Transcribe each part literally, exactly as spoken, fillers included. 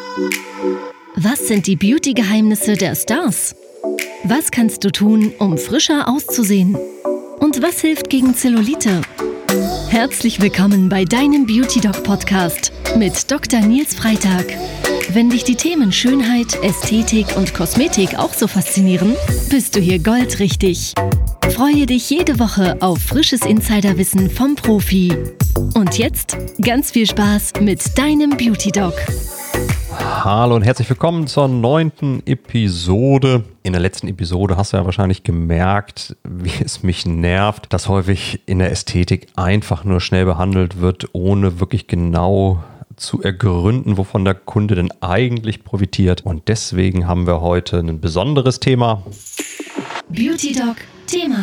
Was sind die Beauty-Geheimnisse der Stars? Was kannst du tun, um frischer auszusehen? Und was hilft gegen Zellulite? Herzlich willkommen bei deinem Beauty Doc Podcast mit Doktor Nils Freitag. Wenn dich die Themen Schönheit, Ästhetik und Kosmetik auch so faszinieren, bist du hier goldrichtig. Freue dich jede Woche auf frisches Insiderwissen vom Profi. Und jetzt ganz viel Spaß mit deinem Beauty Doc. Hallo und herzlich willkommen zur neunten Episode. In der letzten Episode hast du ja wahrscheinlich gemerkt, wie es mich nervt, dass häufig in der Ästhetik einfach nur schnell behandelt wird, ohne wirklich genau zu ergründen, wovon der Kunde denn eigentlich profitiert. Und deswegen haben wir heute ein besonderes Thema. Beauty Doc Thema.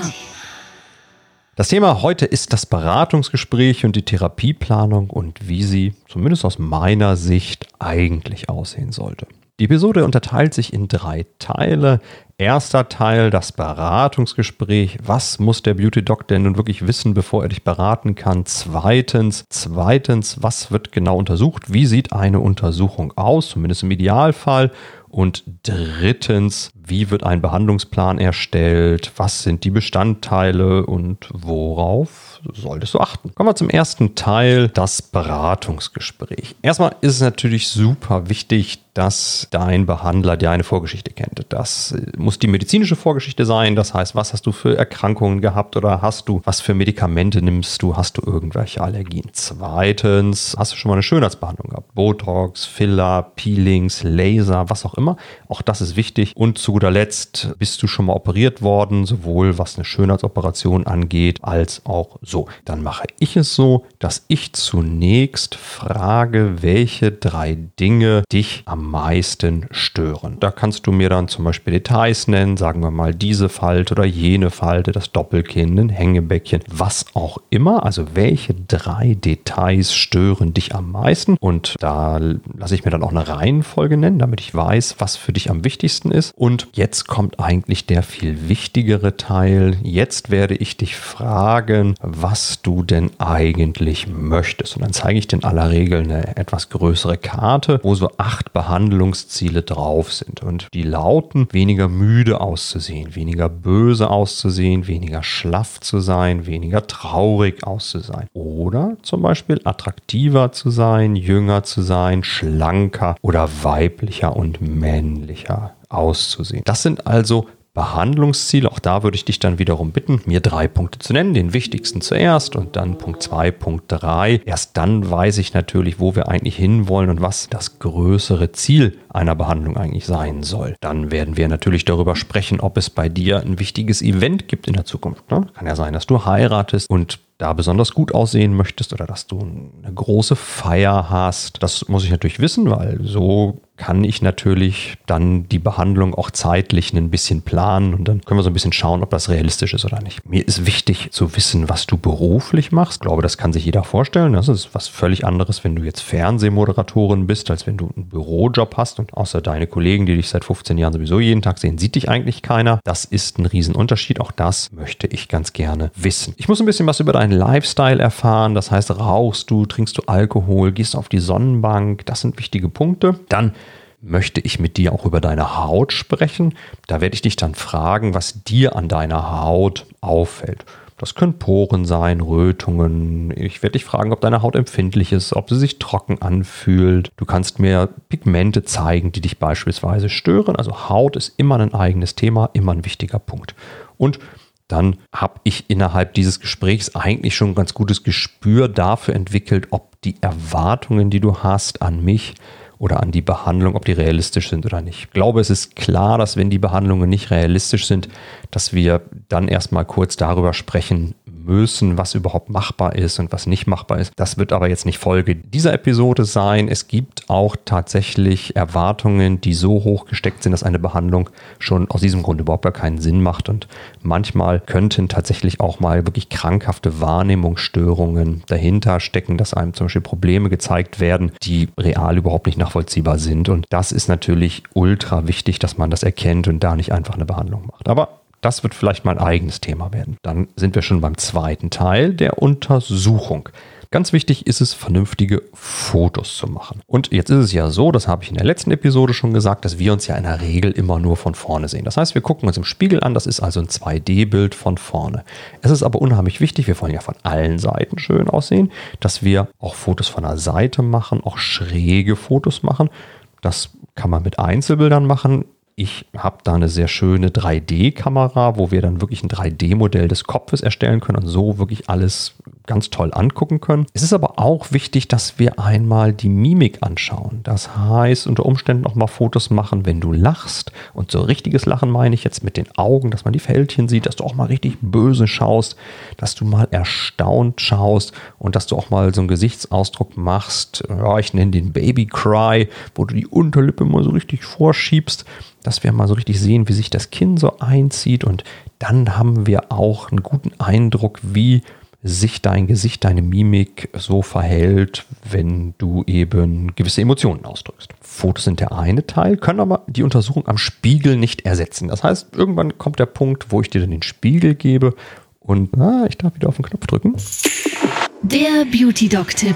Das Thema heute ist das Beratungsgespräch und die Therapieplanung und wie sie, zumindest aus meiner Sicht, eigentlich aussehen sollte. Die Episode unterteilt sich in drei Teile. Erster Teil, das Beratungsgespräch. Was muss der Beauty Doc denn nun wirklich wissen, bevor er dich beraten kann? Zweitens, zweitens, was wird genau untersucht? Wie sieht eine Untersuchung aus, zumindest im Idealfall? Und drittens, wie wird ein Behandlungsplan erstellt? Was sind die Bestandteile und worauf solltest du achten? Kommen wir zum ersten Teil, das Beratungsgespräch. Erstmal ist es natürlich super wichtig, dass dein Behandler dir eine Vorgeschichte kennt. Das muss die medizinische Vorgeschichte sein. Das heißt, was hast du für Erkrankungen gehabt oder hast du, was für Medikamente nimmst du? Hast du irgendwelche Allergien? Zweitens, hast du schon mal eine Schönheitsbehandlung gehabt? Botox, Filler, Peelings, Laser, was auch immer. Auch das ist wichtig. Und zu guter Letzt, bist du schon mal operiert worden, sowohl was eine Schönheitsoperation angeht, als auch so. Dann mache ich es so, dass ich zunächst frage, welche drei Dinge dich am meisten stören. Da kannst du mir dann zum Beispiel Details nennen, sagen wir mal diese Falte oder jene Falte, das Doppelkinn, ein Hängebäckchen, was auch immer. Also welche drei Details stören dich am meisten? Und da lasse ich mir dann auch eine Reihenfolge nennen, damit ich weiß, was für dich am wichtigsten ist. Und jetzt kommt eigentlich der viel wichtigere Teil. Jetzt werde ich dich fragen, was du denn eigentlich möchtest. Und dann zeige ich dir in aller Regel eine etwas größere Karte, wo so acht Behandlungsziele drauf sind. Und die lauten, weniger müde auszusehen, weniger böse auszusehen, weniger schlaff zu sein, weniger traurig auszusehen. Oder zum Beispiel attraktiver zu sein, jünger zu sein, schlanker oder weiblicher und männlicher auszusehen. Das sind also Behandlungsziele. Auch da würde ich dich dann wiederum bitten, mir drei Punkte zu nennen, den wichtigsten zuerst und dann Punkt zwei, Punkt drei. Erst dann weiß ich natürlich, wo wir eigentlich hinwollen und was das größere Ziel einer Behandlung eigentlich sein soll. Dann werden wir natürlich darüber sprechen, ob es bei dir ein wichtiges Event gibt in der Zukunft. Ne? Kann ja sein, dass du heiratest und da besonders gut aussehen möchtest oder dass du eine große Feier hast. Das muss ich natürlich wissen, weil so kann ich natürlich dann die Behandlung auch zeitlich ein bisschen planen und dann können wir so ein bisschen schauen, ob das realistisch ist oder nicht. Mir ist wichtig zu wissen, was du beruflich machst. Ich glaube, das kann sich jeder vorstellen. Das ist was völlig anderes, wenn du jetzt Fernsehmoderatorin bist, als wenn du einen Bürojob hast und außer deine Kollegen, die dich seit fünfzehn Jahren sowieso jeden Tag sehen, sieht dich eigentlich keiner. Das ist ein Riesenunterschied. Auch das möchte ich ganz gerne wissen. Ich muss ein bisschen was über deinen Lifestyle erfahren. Das heißt, rauchst du, trinkst du Alkohol, gehst auf die Sonnenbank. Das sind wichtige Punkte. Dann möchte ich mit dir auch über deine Haut sprechen. Da werde ich dich dann fragen, was dir an deiner Haut auffällt. Das können Poren sein, Rötungen. Ich werde dich fragen, ob deine Haut empfindlich ist, ob sie sich trocken anfühlt. Du kannst mir Pigmente zeigen, die dich beispielsweise stören. Also Haut ist immer ein eigenes Thema, immer ein wichtiger Punkt. Und dann habe ich innerhalb dieses Gesprächs eigentlich schon ein ganz gutes Gespür dafür entwickelt, ob die Erwartungen, die du hast an mich oder an die Behandlung, ob die realistisch sind oder nicht. Ich glaube, es ist klar, dass wenn die Behandlungen nicht realistisch sind, dass wir dann erstmal kurz darüber sprechen müssen, was überhaupt machbar ist und was nicht machbar ist. Das wird aber jetzt nicht Folge dieser Episode sein. Es gibt auch tatsächlich Erwartungen, die so hoch gesteckt sind, dass eine Behandlung schon aus diesem Grund überhaupt gar keinen Sinn macht. Und manchmal könnten tatsächlich auch mal wirklich krankhafte Wahrnehmungsstörungen dahinter stecken, dass einem zum Beispiel Probleme gezeigt werden, die real überhaupt nicht nachvollziehbar sind. Und das ist natürlich ultra wichtig, dass man das erkennt und da nicht einfach eine Behandlung macht. Aber das wird vielleicht mal ein eigenes Thema werden. Dann sind wir schon beim zweiten Teil der Untersuchung. Ganz wichtig ist es, vernünftige Fotos zu machen. Und jetzt ist es ja so, das habe ich in der letzten Episode schon gesagt, dass wir uns ja in der Regel immer nur von vorne sehen. Das heißt, wir gucken uns im Spiegel an, das ist also ein zwei D Bild von vorne. Es ist aber unheimlich wichtig, wir wollen ja von allen Seiten schön aussehen, dass wir auch Fotos von der Seite machen, auch schräge Fotos machen. Das kann man mit Einzelbildern machen. Ich habe da eine sehr schöne drei D Kamera, wo wir dann wirklich ein drei D Modell des Kopfes erstellen können und so wirklich alles ganz toll angucken können. Es ist aber auch wichtig, dass wir einmal die Mimik anschauen. Das heißt, unter Umständen noch mal Fotos machen, wenn du lachst. Und so richtiges Lachen meine ich jetzt mit den Augen, dass man die Fältchen sieht, dass du auch mal richtig böse schaust, dass du mal erstaunt schaust und dass du auch mal so einen Gesichtsausdruck machst. Ja, ich nenne den Baby Cry, wo du die Unterlippe mal so richtig vorschiebst, dass wir mal so richtig sehen, wie sich das Kinn so einzieht, und dann haben wir auch einen guten Eindruck, wie sich dein Gesicht, deine Mimik so verhält, wenn du eben gewisse Emotionen ausdrückst. Fotos sind der eine Teil, können aber die Untersuchung am Spiegel nicht ersetzen. Das heißt, irgendwann kommt der Punkt, wo ich dir dann den Spiegel gebe und ah, ich darf wieder auf den Knopf drücken. Der Beauty-Doc-Tipp.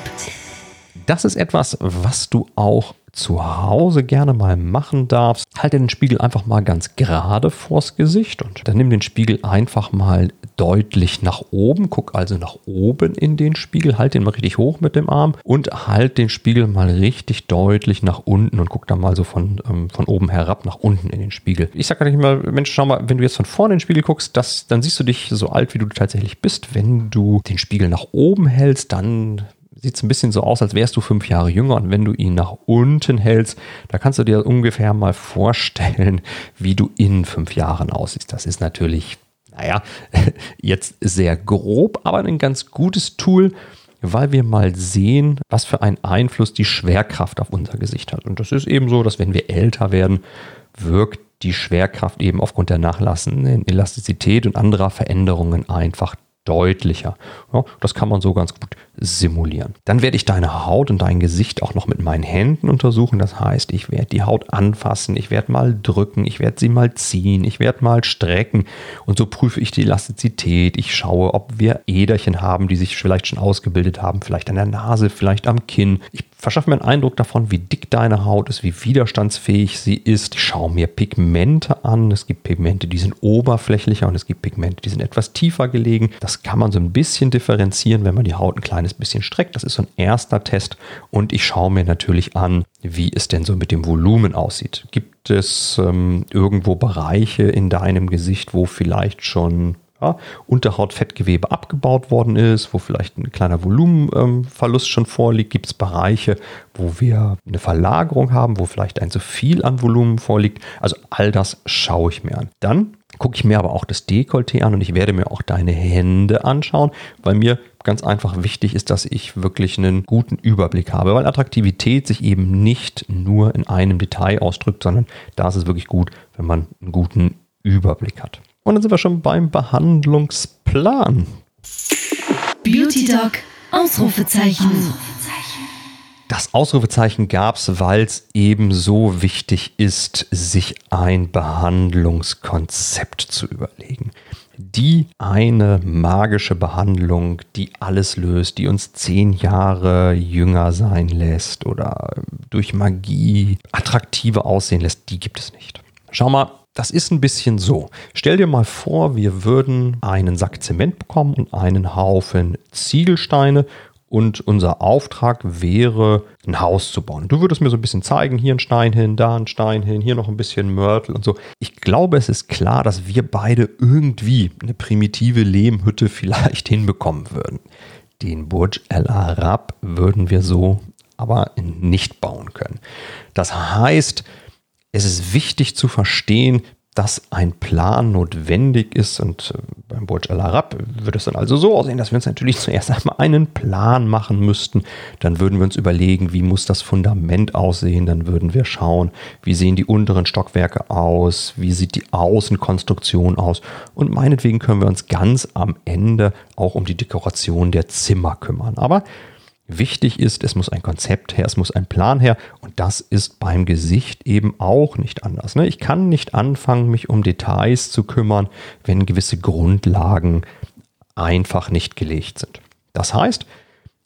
Das ist etwas, was du auch zu Hause gerne mal machen darfst. Halte den Spiegel einfach mal ganz gerade vors Gesicht und dann nimm den Spiegel einfach mal deutlich nach oben. Guck also nach oben in den Spiegel, halt den mal richtig hoch mit dem Arm und halt den Spiegel mal richtig deutlich nach unten und guck dann mal so von, ähm, von oben herab nach unten in den Spiegel. Ich sage nicht mal, Mensch, schau mal, wenn du jetzt von vorne in den Spiegel guckst, das, dann siehst du dich so alt, wie du tatsächlich bist. Wenn du den Spiegel nach oben hältst, dann sieht es ein bisschen so aus, als wärst du fünf Jahre jünger, und wenn du ihn nach unten hältst, da kannst du dir ungefähr mal vorstellen, wie du in fünf Jahren aussiehst. Das ist natürlich, naja, jetzt sehr grob, aber ein ganz gutes Tool, weil wir mal sehen, was für einen Einfluss die Schwerkraft auf unser Gesicht hat. Und das ist eben so, dass wenn wir älter werden, wirkt die Schwerkraft eben aufgrund der nachlassenden Elastizität und anderer Veränderungen einfach deutlicher. Ja, das kann man so ganz gut simulieren. Dann werde ich deine Haut und dein Gesicht auch noch mit meinen Händen untersuchen. Das heißt, ich werde die Haut anfassen, ich werde mal drücken, ich werde sie mal ziehen, ich werde mal strecken, und so prüfe ich die Elastizität. Ich schaue, ob wir Äderchen haben, die sich vielleicht schon ausgebildet haben, vielleicht an der Nase, vielleicht am Kinn. Ich verschaffe mir einen Eindruck davon, wie dick deine Haut ist, wie widerstandsfähig sie ist. Ich schaue mir Pigmente an. Es gibt Pigmente, die sind oberflächlicher, und es gibt Pigmente, die sind etwas tiefer gelegen. Das kann man so ein bisschen differenzieren, wenn man die Haut ein kleines bisschen streckt. Das ist so ein erster Test. Und ich schaue mir natürlich an, wie es denn so mit dem Volumen aussieht. Gibt es ähm, irgendwo Bereiche in deinem Gesicht, wo vielleicht schon ja, Unterhautfettgewebe abgebaut worden ist, wo vielleicht ein kleiner Volumenverlust ähm, schon vorliegt? Gibt es Bereiche, wo wir eine Verlagerung haben, wo vielleicht ein zu viel an Volumen vorliegt? Also all das schaue ich mir an. Dann gucke ich mir aber auch das Dekolleté an, und ich werde mir auch deine Hände anschauen, weil mir ganz einfach wichtig ist, dass ich wirklich einen guten Überblick habe, weil Attraktivität sich eben nicht nur in einem Detail ausdrückt, sondern da ist es wirklich gut, wenn man einen guten Überblick hat. Und dann sind wir schon beim Behandlungsplan. Beauty Doc, Ausrufezeichen. Das Ausrufezeichen gab es, weil es eben so wichtig ist, sich ein Behandlungskonzept zu überlegen. Die eine magische Behandlung, die alles löst, die uns zehn Jahre jünger sein lässt oder durch Magie attraktiver aussehen lässt, die gibt es nicht. Schau mal, das ist ein bisschen so. Stell dir mal vor, wir würden einen Sack Zement bekommen und einen Haufen Ziegelsteine, und unser Auftrag wäre, ein Haus zu bauen. Du würdest mir so ein bisschen zeigen, hier ein Stein hin, da ein Stein hin, hier noch ein bisschen Mörtel und so. Ich glaube, es ist klar, dass wir beide irgendwie eine primitive Lehmhütte vielleicht hinbekommen würden. Den Burj Al Arab würden wir so aber nicht bauen können. Das heißt, es ist wichtig zu verstehen, dass ein Plan notwendig ist, und beim Burj Al Arab würde es dann also so aussehen, dass wir uns natürlich zuerst einmal einen Plan machen müssten. Dann würden wir uns überlegen, wie muss das Fundament aussehen. Dann würden wir schauen, wie sehen die unteren Stockwerke aus, wie sieht die Außenkonstruktion aus, und meinetwegen können wir uns ganz am Ende auch um die Dekoration der Zimmer kümmern. Aber wichtig ist, es muss ein Konzept her, es muss ein Plan her, und das ist beim Gesicht eben auch nicht anders. Ich kann nicht anfangen, mich um Details zu kümmern, wenn gewisse Grundlagen einfach nicht gelegt sind. Das heißt,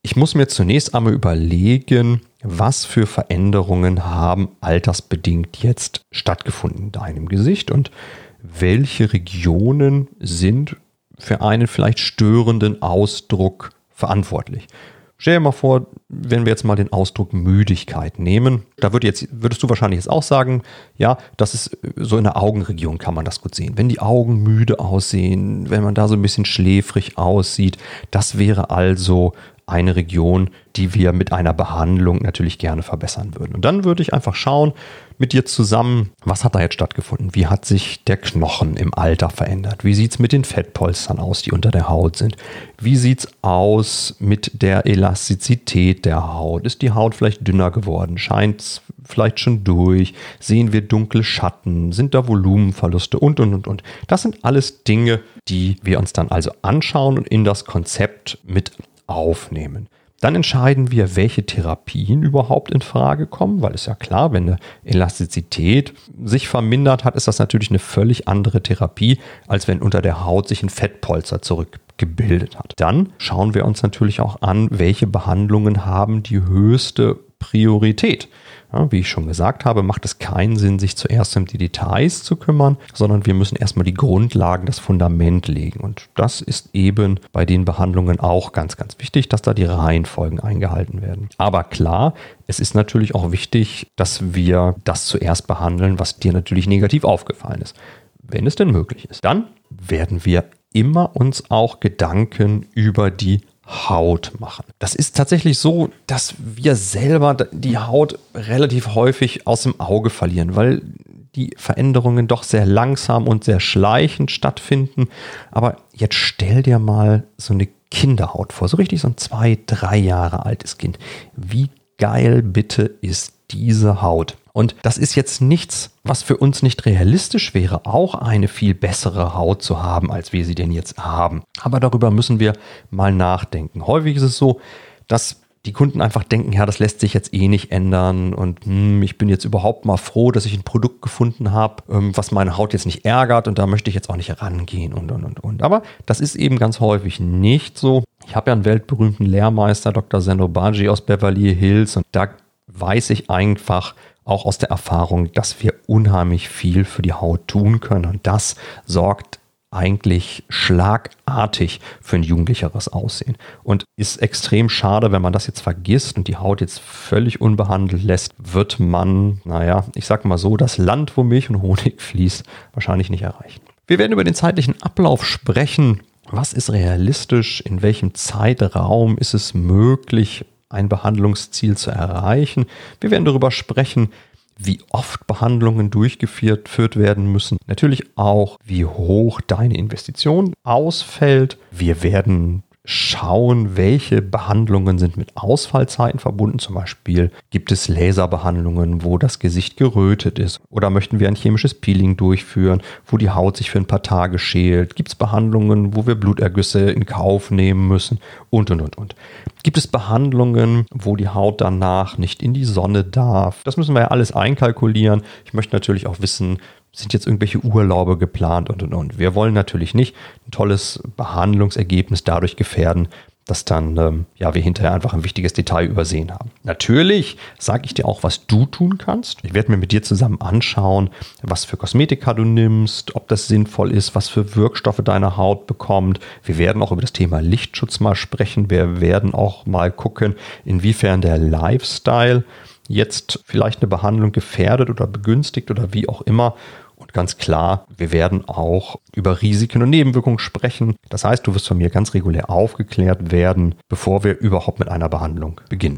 Ich muss mir zunächst einmal überlegen, was für Veränderungen haben altersbedingt jetzt stattgefunden in deinem Gesicht und welche Regionen sind für einen vielleicht störenden Ausdruck verantwortlich. Stell dir mal vor, wenn wir jetzt mal den Ausdruck Müdigkeit nehmen, da würd jetzt, würdest du wahrscheinlich jetzt auch sagen, ja, das ist so in der Augenregion kann man das gut sehen. Wenn die Augen müde aussehen, wenn man da so ein bisschen schläfrig aussieht, das wäre also eine Region, die wir mit einer Behandlung natürlich gerne verbessern würden. Und dann würde ich einfach schauen, mit dir zusammen, was hat da jetzt stattgefunden? Wie hat sich der Knochen im Alter verändert? Wie sieht es mit den Fettpolstern aus, die unter der Haut sind? Wie sieht es aus mit der Elastizität der Haut? Ist die Haut vielleicht dünner geworden? Scheint es vielleicht schon durch? Sehen wir dunkle Schatten? Sind da Volumenverluste? Und, und, und, und. Das sind alles Dinge, die wir uns dann also anschauen und in das Konzept mit aufnehmen. Dann entscheiden wir, welche Therapien überhaupt in Frage kommen, weil es ja klar, wenn eine Elastizität sich vermindert hat, ist das natürlich eine völlig andere Therapie, als wenn unter der Haut sich ein Fettpolster zurückgebildet hat. Dann schauen wir uns natürlich auch an, welche Behandlungen haben die höchste Priorität. Ja, wie ich schon gesagt habe, macht es keinen Sinn, sich zuerst um die Details zu kümmern, sondern wir müssen erstmal die Grundlagen, das Fundament legen. Und das ist eben bei den Behandlungen auch ganz, ganz wichtig, dass da die Reihenfolgen eingehalten werden. Aber klar, es ist natürlich auch wichtig, dass wir das zuerst behandeln, was dir natürlich negativ aufgefallen ist, wenn es denn möglich ist. Dann werden wir immer uns auch Gedanken über die Haut machen. Das ist tatsächlich so, dass wir selber die Haut relativ häufig aus dem Auge verlieren, weil die Veränderungen doch sehr langsam und sehr schleichend stattfinden. Aber jetzt stell dir mal so eine Kinderhaut vor, so richtig so ein zwei, drei Jahre altes Kind. Wie geil bitte ist diese Haut? Und das ist jetzt nichts, was für uns nicht realistisch wäre, auch eine viel bessere Haut zu haben, als wir sie denn jetzt haben. Aber darüber müssen wir mal nachdenken. Häufig ist es so, dass die Kunden einfach denken, ja, das lässt sich jetzt eh nicht ändern und hm, ich bin jetzt überhaupt mal froh, dass ich ein Produkt gefunden habe, ähm, was meine Haut jetzt nicht ärgert und da möchte ich jetzt auch nicht herangehen und, und, und, und. Aber das ist eben ganz häufig nicht so. Ich habe ja einen weltberühmten Lehrmeister, Doktor Zeno Baji aus Beverly Hills, und da weiß ich einfach, auch aus der Erfahrung, dass wir unheimlich viel für die Haut tun können. Und das sorgt eigentlich schlagartig für ein jugendlicheres Aussehen. Und ist extrem schade, wenn man das jetzt vergisst und die Haut jetzt völlig unbehandelt lässt, wird man, naja, ich sag mal so, das Land, wo Milch und Honig fließt, wahrscheinlich nicht erreichen. Wir werden über den zeitlichen Ablauf sprechen. Was ist realistisch? In welchem Zeitraum ist es möglich, ein Behandlungsziel zu erreichen? Wir werden darüber sprechen, wie oft Behandlungen durchgeführt werden müssen. Natürlich auch, wie hoch deine Investition ausfällt. Wir werden schauen, welche Behandlungen sind mit Ausfallzeiten verbunden. Zum Beispiel gibt es Laserbehandlungen, wo das Gesicht gerötet ist. Oder möchten wir ein chemisches Peeling durchführen, wo die Haut sich für ein paar Tage schält. Gibt es Behandlungen, wo wir Blutergüsse in Kauf nehmen müssen und, und, und, und. Gibt es Behandlungen, wo die Haut danach nicht in die Sonne darf? Das müssen wir ja alles einkalkulieren. Ich möchte natürlich auch wissen, sind jetzt irgendwelche Urlaube geplant und, und, und. Wir wollen natürlich nicht ein tolles Behandlungsergebnis dadurch gefährden, dass dann ähm, ja, wir hinterher einfach ein wichtiges Detail übersehen haben. Natürlich sage ich dir auch, was du tun kannst. Ich werde mir mit dir zusammen anschauen, was für Kosmetika du nimmst, ob das sinnvoll ist, was für Wirkstoffe deine Haut bekommt. Wir werden auch über das Thema Lichtschutz mal sprechen. Wir werden auch mal gucken, inwiefern der Lifestyle jetzt vielleicht eine Behandlung gefährdet oder begünstigt oder wie auch immer. Und ganz klar, wir werden auch über Risiken und Nebenwirkungen sprechen. Das heißt, du wirst von mir ganz regulär aufgeklärt werden, bevor wir überhaupt mit einer Behandlung beginnen.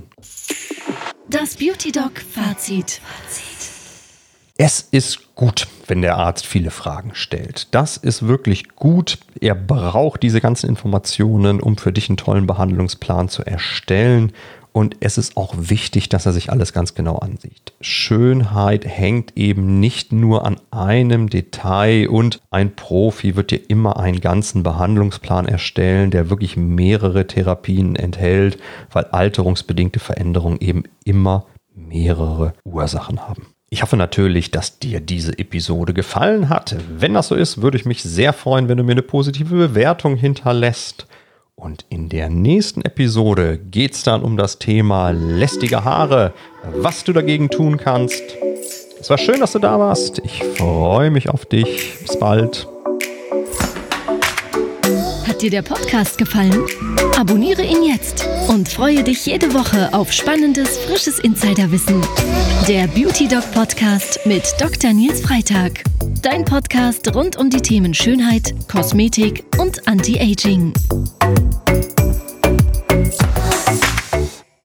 Das Beauty-Doc-Fazit. Es ist gut, wenn der Arzt viele Fragen stellt. Das ist wirklich gut. Er braucht diese ganzen Informationen, um für dich einen tollen Behandlungsplan zu erstellen. Und es ist auch wichtig, dass er sich alles ganz genau ansieht. Schönheit hängt eben nicht nur an einem Detail und ein Profi wird dir immer einen ganzen Behandlungsplan erstellen, der wirklich mehrere Therapien enthält, weil alterungsbedingte Veränderungen eben immer mehrere Ursachen haben. Ich hoffe natürlich, dass dir diese Episode gefallen hat. Wenn das so ist, würde ich mich sehr freuen, wenn du mir eine positive Bewertung hinterlässt. Und in der nächsten Episode geht es dann um das Thema lästige Haare, was du dagegen tun kannst. Es war schön, dass du da warst. Ich freue mich auf dich. Bis bald. Hat dir der Podcast gefallen? Abonniere ihn jetzt und freue dich jede Woche auf spannendes, frisches Insiderwissen. Der Beauty Doc Podcast mit Doktor Nils Freitag. Dein Podcast rund um die Themen Schönheit, Kosmetik und Anti-Aging.